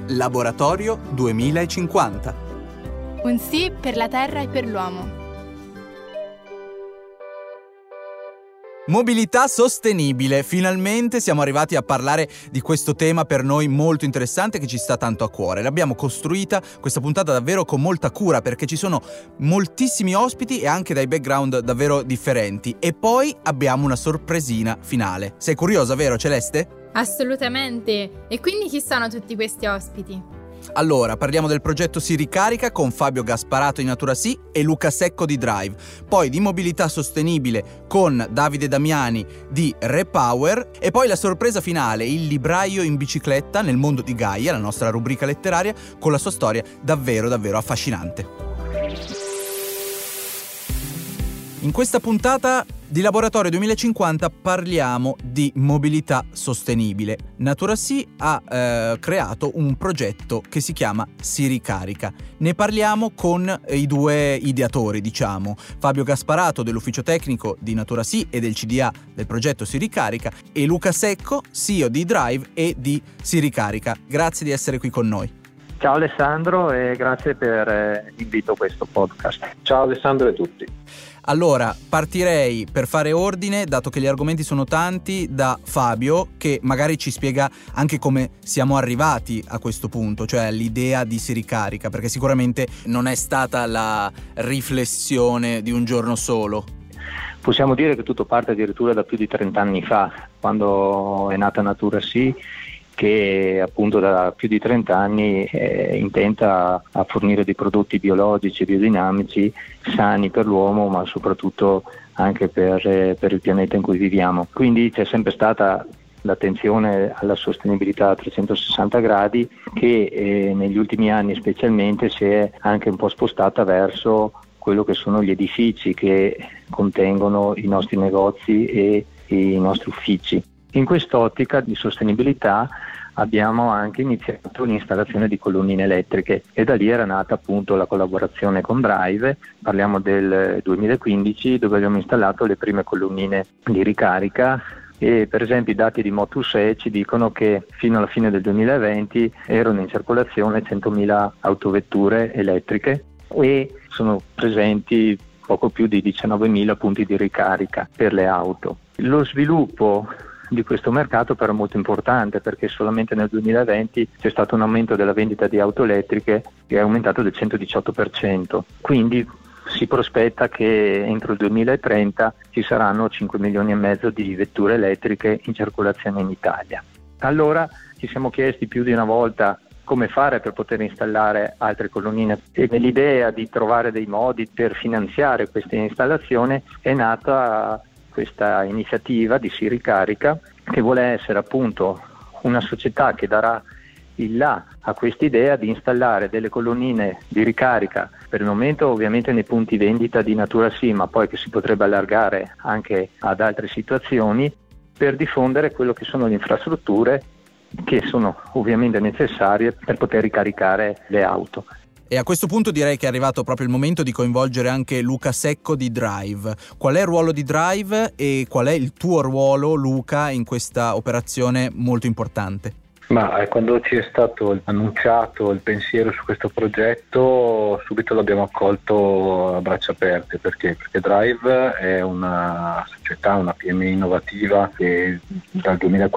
Laboratorio 2050. Un sì per la Terra e per l'uomo. Mobilità sostenibile. Finalmente siamo arrivati a parlare di questo tema per noi molto interessante che ci sta tanto a cuore. L'abbiamo costruita questa puntata davvero con molta cura perché ci sono moltissimi ospiti e anche dai background davvero differenti. E poi abbiamo una sorpresina finale. Sei curiosa, vero Celeste? Assolutamente. E quindi chi sono tutti questi ospiti? Allora, parliamo del progetto Si Ricarica con Fabio Gasparato di Natura Sì e Luca Secco di Drive, poi di mobilità sostenibile con Davide Damiani di Repower e poi la sorpresa finale, il libraio in bicicletta nel mondo di Gaia, la nostra rubrica letteraria, con la sua storia davvero affascinante. In questa puntata di Laboratorio 2050 parliamo di mobilità sostenibile. Natura Sì ha creato un progetto che si chiama Si Ricarica. Ne parliamo con i due ideatori, diciamo, Fabio Gasparato dell'ufficio tecnico di Natura Sì e del CDA del progetto Si Ricarica e Luca Secco, CEO di Drive e di Si Ricarica. Grazie di essere qui con noi. Ciao Alessandro e grazie per l'invito a questo podcast. Ciao Alessandro e tutti. Allora, partirei per fare ordine, dato che gli argomenti sono tanti, da Fabio, che magari ci spiega anche come siamo arrivati a questo punto, cioè all'idea di Si Ricarica, perché sicuramente non è stata la riflessione di un giorno solo. Possiamo dire che tutto parte addirittura da più di 30 anni fa, quando è nata Natura Sì, che appunto da più di 30 anni è intenta a fornire dei prodotti biologici e biodinamici sani per l'uomo, ma soprattutto anche per il pianeta in cui viviamo. Quindi c'è sempre stata l'attenzione alla sostenibilità a 360 gradi che negli ultimi anni specialmente si è anche un po' spostata verso quello che sono gli edifici che contengono i nostri negozi e i nostri uffici. In quest'ottica di sostenibilità abbiamo anche iniziato l'installazione di colonnine elettriche e da lì era nata appunto la collaborazione con Drive. Parliamo del 2015, dove abbiamo installato le prime colonnine di ricarica e per esempio i dati di Motus-E ci dicono che fino alla fine del 2020 erano in circolazione 100.000 autovetture elettriche e sono presenti poco più di 19.000 punti di ricarica per le auto. Lo sviluppo di questo mercato però è molto importante perché solamente nel 2020 c'è stato un aumento della vendita di auto elettriche che è aumentato del 118%, quindi si prospetta che entro il 2030 ci saranno 5 milioni e mezzo di vetture elettriche in circolazione in Italia. Allora ci siamo chiesti più di una volta come fare per poter installare altre colonnine e nell'idea di trovare dei modi per finanziare questa installazione è nata questa iniziativa di Si Ricarica, che vuole essere appunto una società che darà il là a quest'idea di installare delle colonnine di ricarica, per il momento ovviamente nei punti vendita di Natura Sì, ma poi che si potrebbe allargare anche ad altre situazioni, per diffondere quello che sono le infrastrutture che sono ovviamente necessarie per poter ricaricare le auto. E a questo punto direi che è arrivato proprio il momento di coinvolgere anche Luca Secco di Drive. Qual è il ruolo di Drive e qual è il tuo ruolo, Luca, in questa operazione molto importante? Ma quando ci è stato annunciato il pensiero su questo progetto, subito l'abbiamo accolto a braccia aperte. Perché? Perché Drive è una società, una PMI innovativa che dal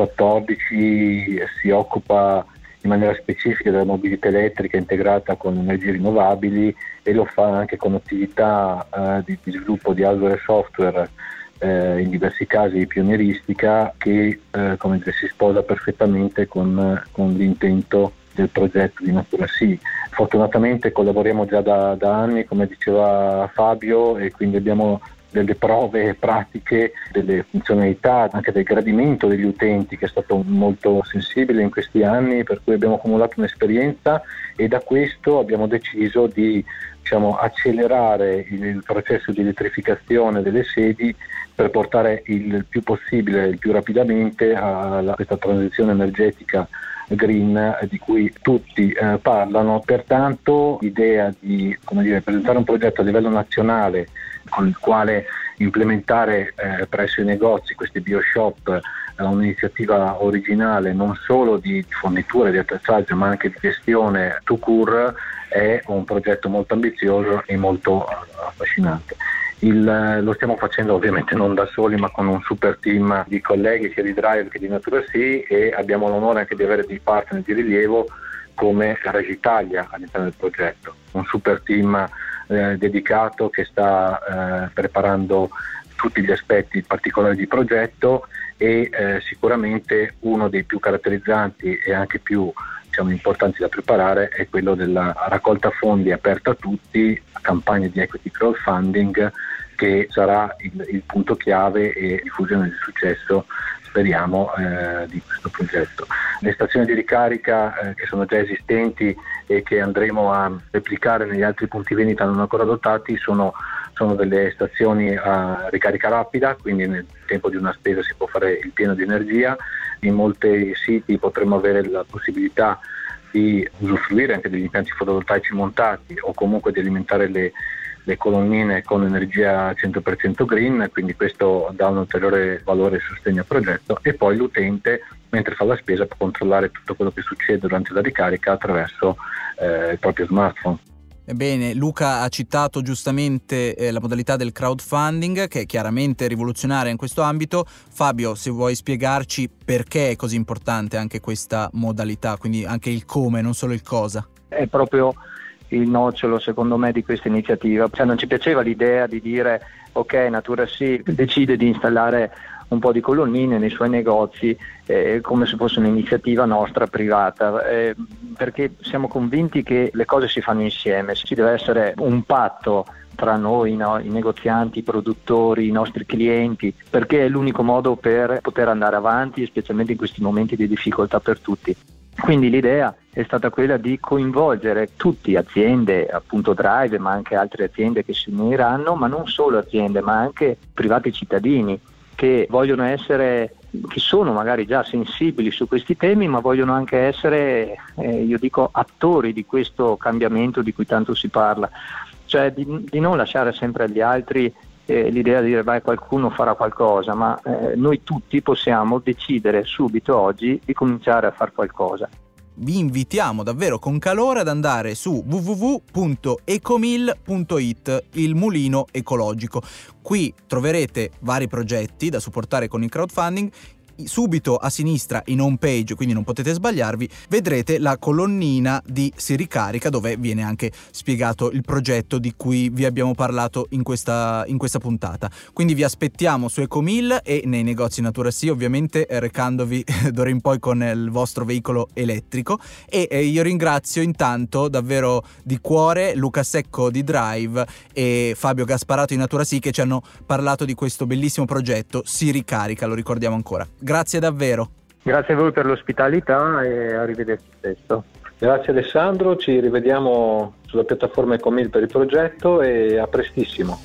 2014 si occupa in maniera specifica della mobilità elettrica integrata con energie rinnovabili e lo fa anche con attività di sviluppo di hardware e software in diversi casi di pionieristica che come dire, si sposa perfettamente con l'intento del progetto di Natura Sì. Fortunatamente collaboriamo già da anni, come diceva Fabio, e quindi abbiamo delle prove pratiche, delle funzionalità, anche del gradimento degli utenti che è stato molto sensibile in questi anni, per cui abbiamo accumulato un'esperienza e da questo abbiamo deciso di accelerare il processo di elettrificazione delle sedi per portare il più possibile, il più rapidamente a questa transizione energetica green di cui tutti parlano. Pertanto l'idea di presentare un progetto a livello nazionale con il quale implementare presso i negozi questi bioshop un'iniziativa originale non solo di fornitura di attrezzaggio ma anche di gestione tout court è un progetto molto ambizioso e molto affascinante. Lo stiamo facendo ovviamente non da soli ma con un super team di colleghi sia di Drive che di Naturasì, e abbiamo l'onore anche di avere dei partner di rilievo come Regia Italia all'interno del progetto, un super team dedicato che sta preparando tutti gli aspetti particolari di progetto e sicuramente uno dei più caratterizzanti e anche più importanti da preparare è quello della raccolta fondi aperta a tutti, campagna di equity crowdfunding, che sarà il punto chiave e diffusione di successo, speriamo, di questo progetto. Le stazioni di ricarica che sono già esistenti e che andremo a replicare negli altri punti vendita non ancora dotati sono delle stazioni a ricarica rapida, quindi nel tempo di una spesa si può fare il pieno di energia. In molti siti potremo avere la possibilità di usufruire anche degli impianti fotovoltaici montati o comunque di alimentare le colonnine con energia 100% green, quindi questo dà un ulteriore valore e sostegno al progetto. E poi l'utente, mentre fa la spesa, può controllare tutto quello che succede durante la ricarica attraverso il proprio smartphone. Ebbene, Luca ha citato giustamente la modalità del crowdfunding, che è chiaramente rivoluzionaria in questo ambito. Fabio, se vuoi spiegarci perché è così importante anche questa modalità, quindi anche il come, non solo il cosa. È proprio il nocciolo, secondo me, di questa iniziativa. Non ci piaceva l'idea di dire ok, Naturasì decide di installare un po' di colonnine nei suoi negozi come se fosse un'iniziativa nostra privata, perché siamo convinti che le cose si fanno insieme, ci deve essere un patto tra noi, i negozianti, i produttori, i nostri clienti, perché è l'unico modo per poter andare avanti, specialmente in questi momenti di difficoltà per tutti. Quindi l'idea è stata quella di coinvolgere tutte aziende, appunto Drive, ma anche altre aziende che si uniranno, ma non solo aziende, ma anche privati cittadini che vogliono essere, che sono magari già sensibili su questi temi, ma vogliono anche essere, attori di questo cambiamento di cui tanto si parla. Cioè di non lasciare sempre agli altri l'idea di dire qualcuno farà qualcosa, ma noi tutti possiamo decidere subito oggi di cominciare a fare qualcosa. Vi invitiamo davvero con calore ad andare su www.ecomil.it, il mulino ecologico. Qui troverete vari progetti da supportare con il crowdfunding. Subito a sinistra in home page, quindi non potete sbagliarvi, vedrete la colonnina di Si Ricarica, dove viene anche spiegato il progetto di cui vi abbiamo parlato in questa puntata. Quindi vi aspettiamo su Ecomil e nei negozi Naturasì, ovviamente recandovi d'ora in poi con il vostro veicolo elettrico. E io ringrazio intanto davvero di cuore Luca Secco di Drive e Fabio Gasparato di Naturasì, che ci hanno parlato di questo bellissimo progetto Si Ricarica, lo ricordiamo ancora. Grazie davvero. Grazie a voi per l'ospitalità e arrivederci presto. Grazie Alessandro, ci rivediamo sulla piattaforma Ecomil per il progetto e a prestissimo.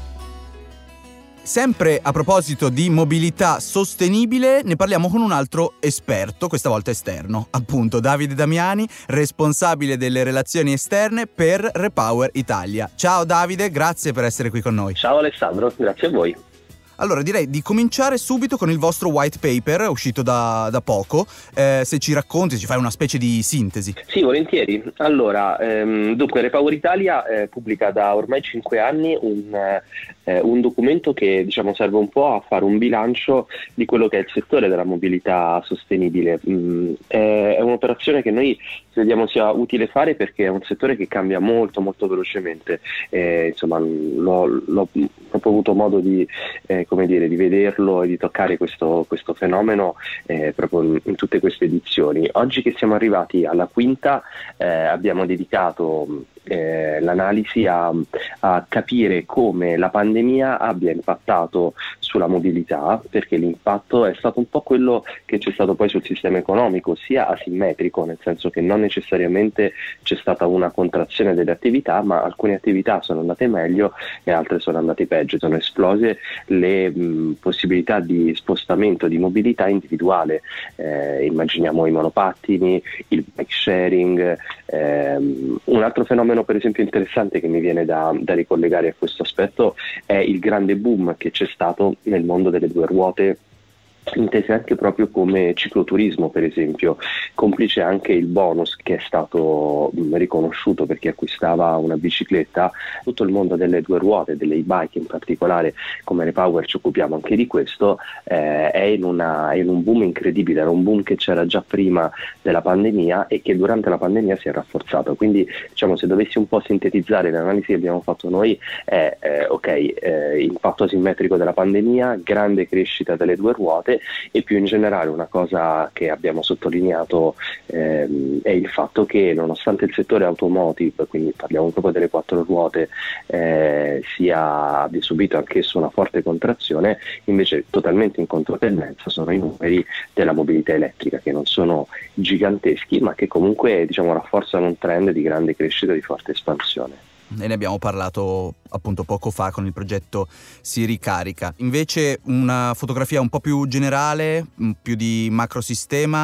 Sempre a proposito di mobilità sostenibile, ne parliamo con un altro esperto, questa volta esterno, appunto Davide Damiani, responsabile delle relazioni esterne per Repower Italia. Ciao Davide, grazie per essere qui con noi. Ciao Alessandro, grazie a voi. Allora direi di cominciare subito con il vostro white paper uscito da poco, se ci racconti, ci fai una specie di sintesi. Sì, volentieri. Allora, dunque Repower Italia pubblica da ormai 5 anni un documento che serve un po' a fare un bilancio di quello che è il settore della mobilità sostenibile. È un'operazione che noi crediamo sia utile fare perché è un settore che cambia molto molto velocemente. L'ho proprio avuto modo di vederlo e di toccare questo fenomeno proprio in tutte queste edizioni. Oggi che siamo arrivati alla quinta abbiamo dedicato l'analisi a capire come la pandemia abbia impattato sulla mobilità, perché l'impatto è stato un po' quello che c'è stato poi sul sistema economico, sia asimmetrico, nel senso che non necessariamente c'è stata una contrazione delle attività, ma alcune attività sono andate meglio e altre sono andate peggio, sono esplose le possibilità di spostamento, di mobilità individuale, immaginiamo i monopattini, il bike sharing. Un altro fenomeno fenomeno per esempio interessante che mi viene da ricollegare a questo aspetto è il grande boom che c'è stato nel mondo delle due ruote, intese anche proprio come cicloturismo, per esempio, complice anche il bonus che è stato riconosciuto per chi acquistava una bicicletta. Tutto il mondo delle due ruote, delle e-bike in particolare, come Repower ci occupiamo anche di questo, è in un boom incredibile. Era un boom che c'era già prima della pandemia e che durante la pandemia si è rafforzato. Quindi diciamo, se dovessi un po' sintetizzare l'analisi che abbiamo fatto noi è impatto asimmetrico della pandemia, grande crescita delle due ruote, e più in generale una cosa che abbiamo sottolineato è il fatto che nonostante il settore automotive, quindi parliamo proprio delle quattro ruote, abbia subito anch'esso una forte contrazione, invece totalmente in controtendenza sono i numeri della mobilità elettrica, che non sono giganteschi ma che comunque diciamo rafforzano un trend di grande crescita, di forte espansione. E ne abbiamo parlato appunto poco fa con il progetto Si Ricarica. Invece una fotografia un po' più generale, più di macrosistema,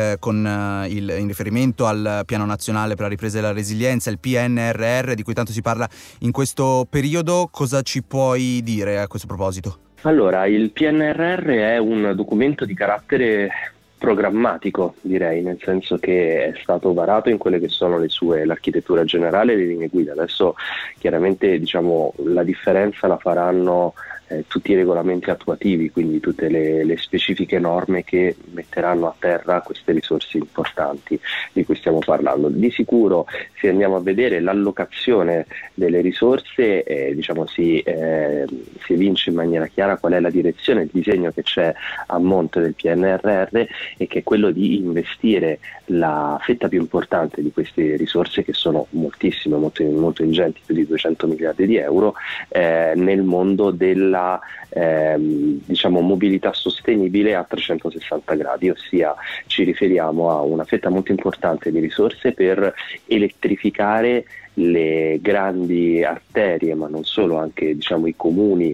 in riferimento al Piano Nazionale per la Ripresa e la Resilienza, il PNRR, di cui tanto si parla in questo periodo. Cosa ci puoi dire a questo proposito? Allora, il PNRR è un documento di carattere programmatico, direi, nel senso che è stato varato in quelle che sono l'architettura generale e le linee guida. Adesso chiaramente diciamo la differenza la faranno tutti i regolamenti attuativi, quindi tutte le specifiche norme che metteranno a terra queste risorse importanti di cui stiamo parlando. Di sicuro, se andiamo a vedere l'allocazione delle risorse, si evince in maniera chiara qual è la direzione, il disegno che c'è a monte del PNRR, e che è quello di investire la fetta più importante di queste risorse, che sono moltissime, molto, molto ingenti, più di 200 miliardi di euro, nel mondo della mobilità sostenibile a 360 gradi, ossia ci riferiamo a una fetta molto importante di risorse per elettrificare le grandi arterie, ma non solo, anche i comuni,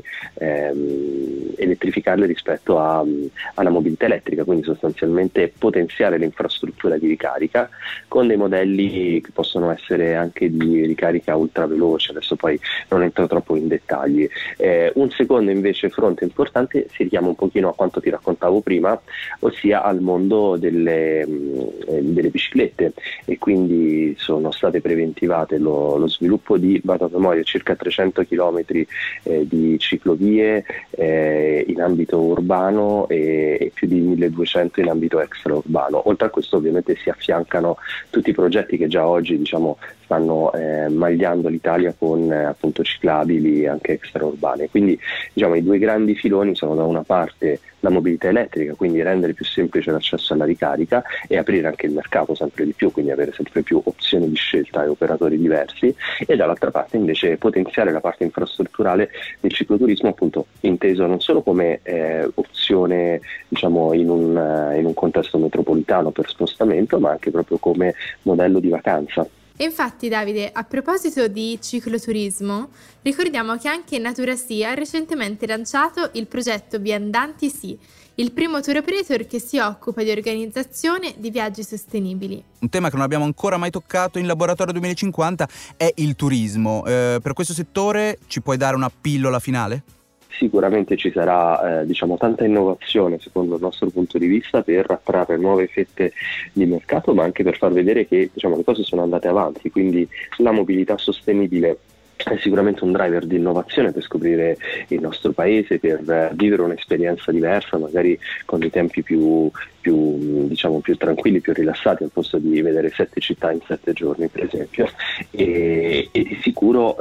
elettrificarle rispetto alla mobilità elettrica, quindi sostanzialmente potenziare l'infrastruttura di ricarica con dei modelli che possono essere anche di ricarica ultraveloce. Adesso poi non entro troppo in dettagli. Un secondo invece fronte importante si richiama un pochino a quanto ti raccontavo prima, ossia al mondo delle biciclette, e quindi sono state preventivate lo sviluppo di, vado a memoria, circa 300 chilometri di ciclovie in ambito urbano e più di 1200 in ambito extraurbano. Oltre a questo ovviamente si affiancano tutti i progetti che già oggi stanno magliando l'Italia con appunto ciclabili anche extraurbane. Quindi i due grandi filoni sono da una parte la mobilità elettrica, quindi rendere più semplice l'accesso alla ricarica e aprire anche il mercato sempre di più, quindi avere sempre più opzioni di scelta e operatori diversi, e dall'altra parte invece potenziare la parte infrastrutturale del cicloturismo, appunto inteso non solo come opzione in un contesto metropolitano per spostamento, ma anche proprio come modello di vacanza. E infatti, Davide, a proposito di cicloturismo, ricordiamo che anche Naturasì ha recentemente lanciato il progetto Viandanti Sì, il primo tour operator che si occupa di organizzazione di viaggi sostenibili. Un tema che non abbiamo ancora mai toccato in Laboratorio 2050 è il turismo. Per questo settore ci puoi dare una pillola finale? Sicuramente ci sarà tanta innovazione secondo il nostro punto di vista per attrarre nuove fette di mercato, ma anche per far vedere che le cose sono andate avanti, quindi la mobilità sostenibile è sicuramente un driver di innovazione per scoprire il nostro paese, per vivere un'esperienza diversa, magari con dei tempi più tranquilli, più rilassati, al posto di vedere 7 città in 7 giorni per esempio, e di sicuro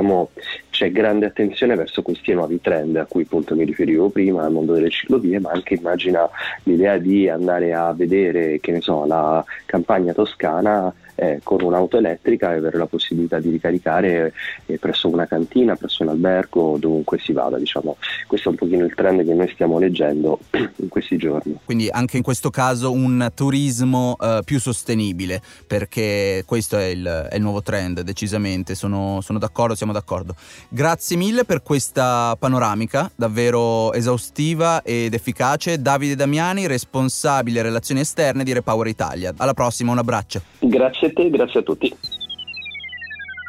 c'è grande attenzione verso questi nuovi trend a cui appunto mi riferivo prima, al mondo delle ciclovie, ma anche immagina l'idea di andare a vedere, la campagna toscana con un'auto elettrica e avere la possibilità di ricaricare presso una cantina, presso un albergo, dovunque si vada. Questo è un pochino il trend che noi stiamo leggendo in questi giorni. Quindi anche in questo caso un turismo più sostenibile, perché questo è il nuovo trend, decisamente. Sono d'accordo, siamo d'accordo. Grazie mille per questa panoramica davvero esaustiva ed efficace. Davide Damiani, responsabile relazioni esterne di Repower Italia. Alla prossima, un abbraccio. Grazie a te, grazie a tutti.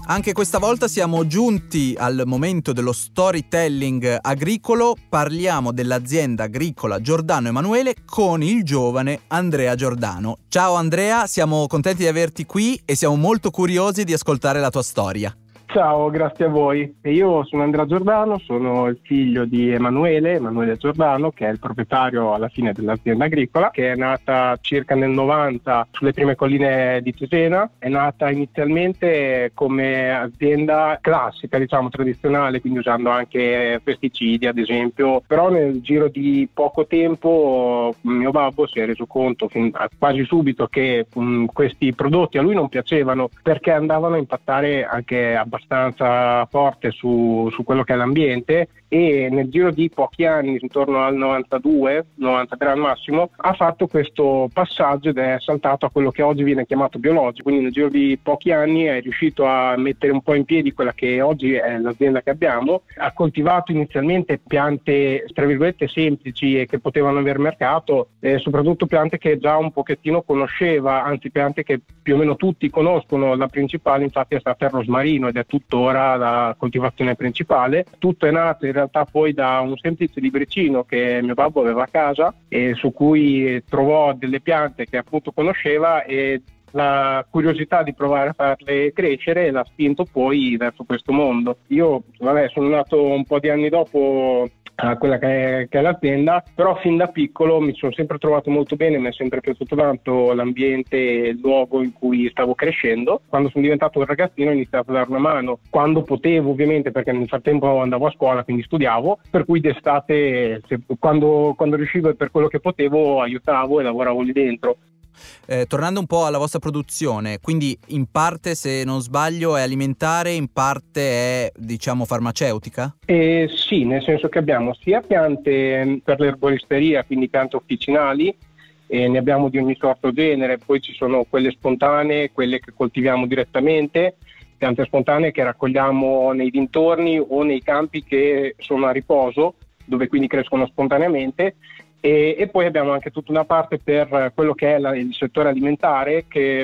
Anche questa volta siamo giunti al momento dello storytelling agricolo. Parliamo dell'azienda agricola Giordano Emanuele con il giovane Andrea Giordano. Ciao Andrea, siamo contenti di averti qui e siamo molto curiosi di ascoltare la tua storia. Ciao, grazie a voi. Io sono Andrea Giordano, sono il figlio di Emanuele Giordano, che è il proprietario alla fine dell'azienda agricola, che è nata circa nel 90 sulle prime colline di Cesena. È nata inizialmente come azienda classica, diciamo tradizionale, quindi usando anche pesticidi ad esempio, però nel giro di poco tempo mio babbo si è reso conto quasi subito che questi prodotti a lui non piacevano, perché andavano a impattare anche abbastanza forte su quello che è l'ambiente, e nel giro di pochi anni, intorno al 92-93 al massimo, ha fatto questo passaggio ed è saltato a quello che oggi viene chiamato biologico. Quindi nel giro di pochi anni è riuscito a mettere un po' in piedi quella che oggi è l'azienda che abbiamo. Ha coltivato inizialmente piante tra virgolette semplici e che potevano aver mercato, soprattutto piante che già un pochettino conosceva, anzi piante che più o meno tutti conoscono. La principale infatti è stata il rosmarino ed è tuttora la coltivazione principale. Tutto è nato in realtà poi da un semplice libricino che mio babbo aveva a casa e su cui trovò delle piante che appunto conosceva, e la curiosità di provare a farle crescere l'ha spinto poi verso questo mondo. Io sono nato un po' di anni dopo a quella che è l'azienda, però fin da piccolo mi sono sempre trovato molto bene, mi è sempre piaciuto tanto l'ambiente e il luogo in cui stavo crescendo. Quando sono diventato un ragazzino ho iniziato a dare una mano quando potevo, ovviamente, perché nel frattempo andavo a scuola, quindi studiavo, per cui d'estate quando riuscivo e per quello che potevo aiutavo e lavoravo lì dentro. Tornando un po' alla vostra produzione, quindi in parte, se non sbaglio, è alimentare, in parte è, diciamo, farmaceutica? Sì, nel senso che abbiamo sia piante per l'erboristeria, quindi piante officinali, e ne abbiamo di ogni sorta o genere. Poi ci sono quelle spontanee, quelle che coltiviamo direttamente, piante spontanee che raccogliamo nei dintorni o nei campi che sono a riposo, dove quindi crescono spontaneamente. E poi abbiamo anche tutta una parte per quello che è il settore alimentare, che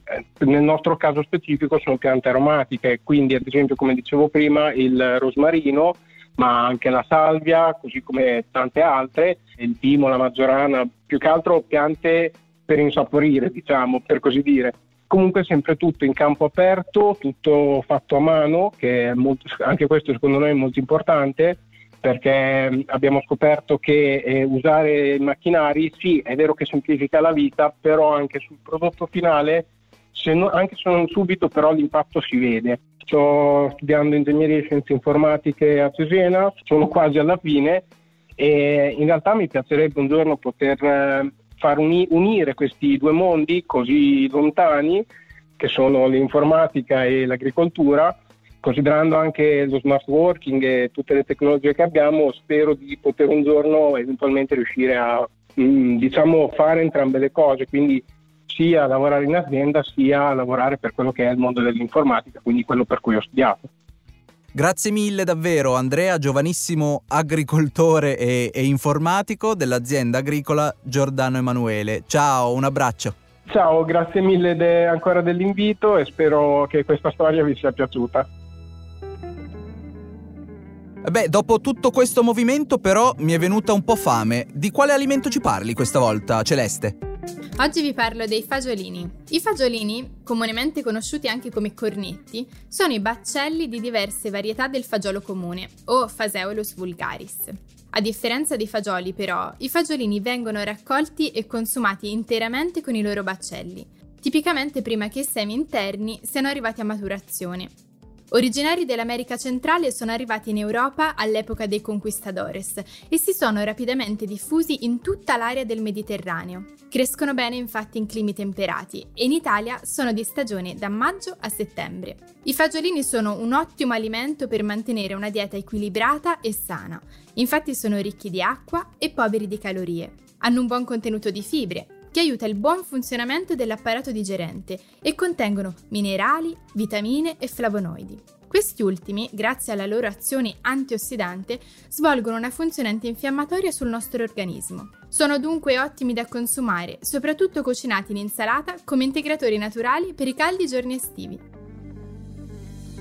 nel nostro caso specifico sono piante aromatiche, quindi ad esempio, come dicevo prima, il rosmarino, ma anche la salvia, così come tante altre, il timo, la maggiorana, più che altro piante per insaporire, diciamo, per così dire. Comunque sempre tutto in campo aperto, tutto fatto a mano, che è anche questo secondo noi è molto importante, perché abbiamo scoperto che usare i macchinari, sì, è vero che semplifica la vita, però anche sul prodotto finale, anche se non subito, però l'impatto si vede. Sto studiando ingegneria e scienze informatiche a Cesena, sono quasi alla fine, e in realtà mi piacerebbe un giorno poter far unire questi due mondi così lontani, che sono l'informatica e l'agricoltura. Considerando anche lo smart working e tutte le tecnologie che abbiamo, spero di poter un giorno eventualmente riuscire a fare entrambe le cose, quindi sia lavorare in azienda sia lavorare per quello che è il mondo dell'informatica, quindi quello per cui ho studiato. Grazie mille davvero Andrea, giovanissimo agricoltore e informatico dell'azienda agricola Giordano Emanuele. Ciao, un abbraccio. Ciao, grazie mille ancora dell'invito e spero che questa storia vi sia piaciuta. Beh, dopo tutto questo movimento però mi è venuta un po' fame. Di quale alimento ci parli questa volta, Celeste? Oggi vi parlo dei fagiolini. I fagiolini, comunemente conosciuti anche come cornetti, sono i baccelli di diverse varietà del fagiolo comune, o Phaseolus vulgaris. A differenza dei fagioli, però, i fagiolini vengono raccolti e consumati interamente con i loro baccelli, tipicamente prima che i semi interni siano arrivati a maturazione. Originari dell'America centrale, sono arrivati in Europa all'epoca dei conquistadores e si sono rapidamente diffusi in tutta l'area del Mediterraneo. Crescono bene infatti in climi temperati e in Italia sono di stagione da maggio a settembre. I fagiolini sono un ottimo alimento per mantenere una dieta equilibrata e sana, infatti sono ricchi di acqua e poveri di calorie. Hanno un buon contenuto di fibre, che aiuta il buon funzionamento dell'apparato digerente e contengono minerali, vitamine e flavonoidi. Questi ultimi, grazie alla loro azione antiossidante, svolgono una funzione antinfiammatoria sul nostro organismo. Sono dunque ottimi da consumare, soprattutto cucinati in insalata come integratori naturali per i caldi giorni estivi.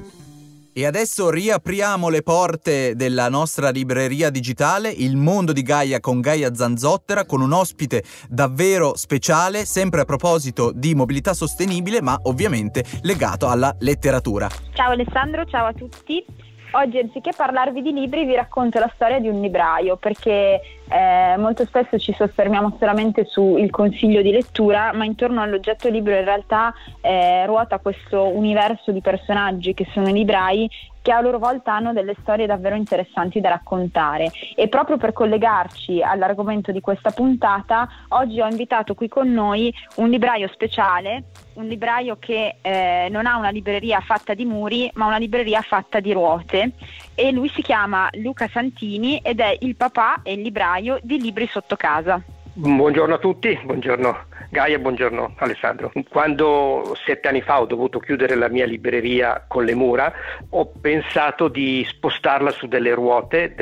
E adesso riapriamo le porte della nostra libreria digitale, Il Mondo di Gaia con Gaia Zanzottera, con un ospite davvero speciale, sempre a proposito di mobilità sostenibile, ma ovviamente legato alla letteratura. Ciao Alessandro, ciao a tutti. Oggi, anziché parlarvi di libri, vi racconto la storia di un libraio, perché molto spesso ci soffermiamo solamente sul consiglio di lettura, ma intorno all'oggetto libro in realtà ruota questo universo di personaggi che sono i librai, che a loro volta hanno delle storie davvero interessanti da raccontare. E proprio per collegarci all'argomento di questa puntata, oggi ho invitato qui con noi un libraio speciale, un libraio che non ha una libreria fatta di muri, ma una libreria fatta di ruote, e lui si chiama Luca Santini ed è il papà e il libraio di Libri Sotto Casa. Buongiorno a tutti, buongiorno Gaia, buongiorno Alessandro. Quando 7 anni fa ho dovuto chiudere la mia libreria con le mura, ho pensato di spostarla su delle ruote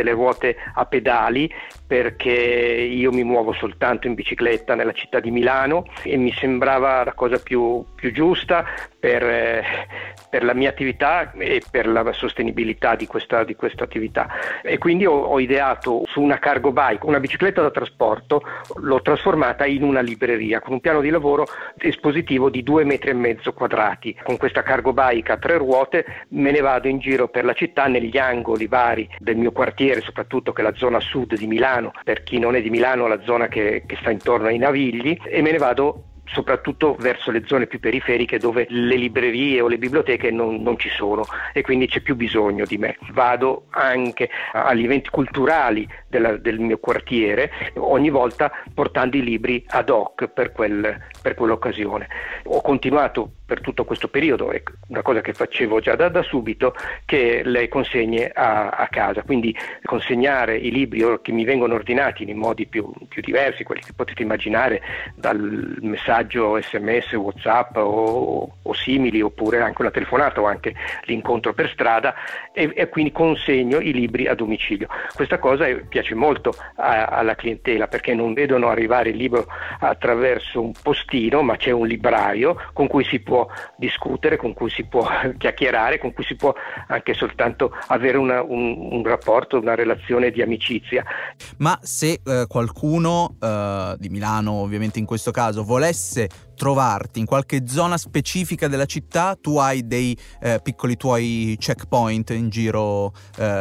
a pedali, perché io mi muovo soltanto in bicicletta nella città di Milano e mi sembrava la cosa più giusta per la mia attività e per la sostenibilità di questa attività. E quindi ho ideato su una cargo bike, una bicicletta da trasporto, l'ho trasformata in una libreria con un piano di lavoro espositivo di 2,5 metri quadrati. Con questa cargo bike a 3 ruote me ne vado in giro per la città, negli angoli vari del mio quartiere, soprattutto che è la zona sud di Milano. Per chi non è di Milano, la zona che sta intorno ai Navigli, e me ne vado soprattutto verso le zone più periferiche dove le librerie o le biblioteche non ci sono, e quindi c'è più bisogno di me. Vado anche agli eventi culturali del mio quartiere, ogni volta portando i libri ad hoc per quell'occasione. Ho continuato per tutto questo periodo, è una cosa che facevo già da subito, che le consegne a casa, quindi consegnare i libri che mi vengono ordinati in modi più diversi, quelli che potete immaginare, dal messaggio SMS, WhatsApp o simili, oppure anche una telefonata o anche l'incontro per strada, e quindi consegno i libri a domicilio. Questa cosa piace molto alla clientela, perché non vedono arrivare il libro attraverso un postino, ma c'è un libraio con cui si può discutere, con cui si può chiacchierare, con cui si può anche soltanto avere un rapporto, una relazione di amicizia. Ma se qualcuno di Milano, ovviamente in questo caso, volesse trovarti in qualche zona specifica della città, tu hai dei piccoli tuoi checkpoint in giro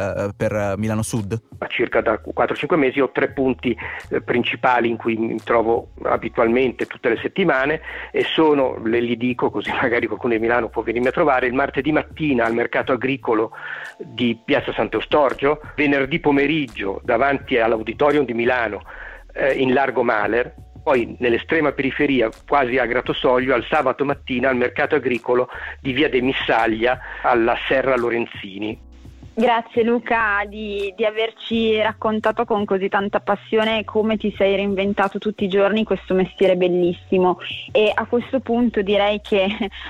per Milano Sud? Circa da 4-5 mesi ho 3 punti principali in cui mi trovo abitualmente tutte le settimane, e sono, li dico così magari qualcuno di Milano può venirmi a trovare: il martedì mattina al mercato agricolo di Piazza Sant'Eustorgio, venerdì pomeriggio davanti all'Auditorium di Milano in Largo Mahler, poi nell'estrema periferia, quasi a Gratosoglio, al sabato mattina al mercato agricolo di Via de Missaglia alla Serra Lorenzini. Grazie Luca di averci raccontato con così tanta passione come ti sei reinventato tutti i giorni questo mestiere bellissimo. E a questo punto direi che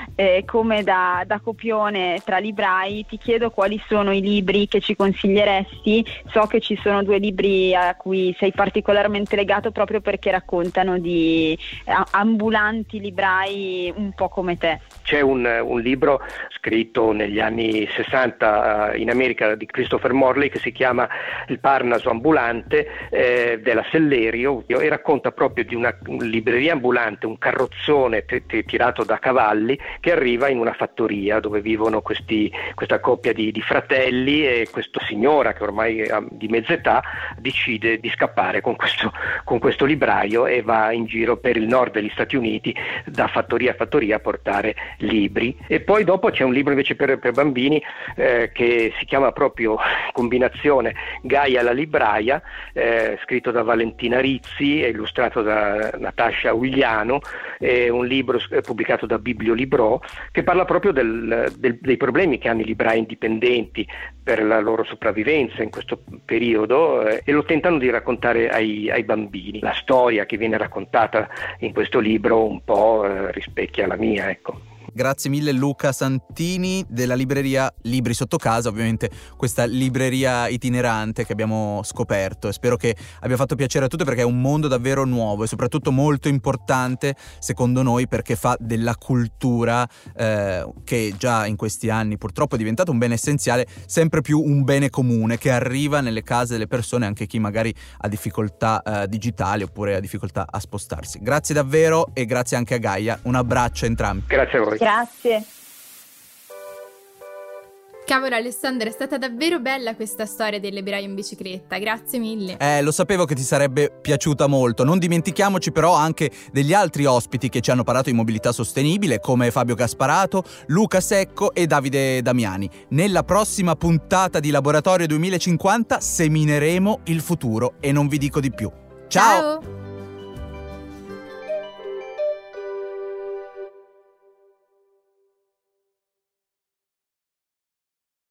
come da copione tra librai ti chiedo quali sono i libri che ci consiglieresti. So che ci sono 2 libri a cui sei particolarmente legato proprio perché raccontano di ambulanti librai un po' come te. C'è un libro scritto negli anni 60 in America di Christopher Morley che si chiama Il Parnaso ambulante della Sellerio, e racconta proprio di una libreria ambulante, un carrozzone tirato da cavalli che arriva in una fattoria dove vivono questa coppia di fratelli, e questa signora che ormai è di mezza età decide di scappare con questo libraio e va in giro per il nord degli Stati Uniti da fattoria a fattoria a portare libri. E poi dopo c'è un libro invece per bambini che si chiama proprio combinazione Gaia la libraia, scritto da Valentina Rizzi e illustrato da Natascia Ugliano. È un libro pubblicato da Bibliolibro che parla proprio dei problemi che hanno i librai indipendenti per la loro sopravvivenza in questo periodo, e lo tentano di raccontare ai bambini. La storia che viene raccontata in questo libro un po' rispecchia la mia, ecco. Grazie mille Luca Santini della libreria Libri Sotto Casa, ovviamente questa libreria itinerante che abbiamo scoperto, e spero che abbia fatto piacere a tutti, perché è un mondo davvero nuovo e soprattutto molto importante secondo noi, perché fa della cultura che già in questi anni purtroppo è diventato un bene essenziale, sempre più un bene comune che arriva nelle case delle persone, anche chi magari ha difficoltà digitali oppure ha difficoltà a spostarsi. Grazie davvero, e grazie anche a Gaia, un abbraccio a entrambi. Grazie a voi. Grazie. Cavolo Alessandra, è stata davvero bella questa storia del libraio in bicicletta, grazie mille. Lo sapevo che ti sarebbe piaciuta molto. Non dimentichiamoci però anche degli altri ospiti che ci hanno parlato di mobilità sostenibile, come Fabio Gasparato, Luca Secco e Davide Damiani. Nella prossima puntata di Laboratorio 2050 semineremo il futuro, e non vi dico di più. Ciao!